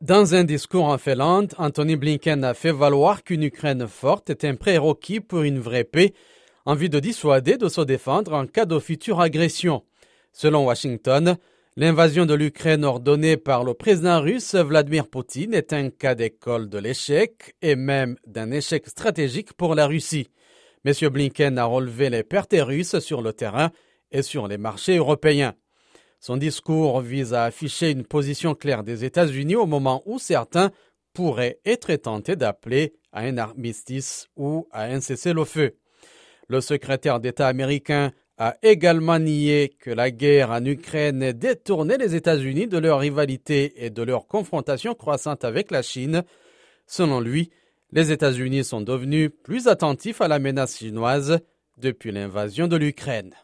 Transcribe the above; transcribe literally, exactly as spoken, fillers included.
Dans un discours en Finlande, Antony Blinken a fait valoir qu'une Ukraine forte est un prérequis pour une vraie paix, en vue de dissuader de se défendre en cas de future agression. Selon Washington, l'invasion de l'Ukraine ordonnée par le président russe Vladimir Poutine est un cas d'école de l'échec et même d'un échec stratégique pour la Russie. M. Blinken a relevé les pertes russes sur le terrain et sur les marchés européens. Son discours vise à afficher une position claire des États-Unis au moment où certains pourraient être tentés d'appeler à un armistice ou à un cessez-le-feu. Le secrétaire d'État américain a également nié que la guerre en Ukraine ait détourné les États-Unis de leur rivalité et de leur confrontation croissante avec la Chine. Selon lui, les États-Unis sont devenus plus attentifs à la menace chinoise depuis l'invasion de l'Ukraine.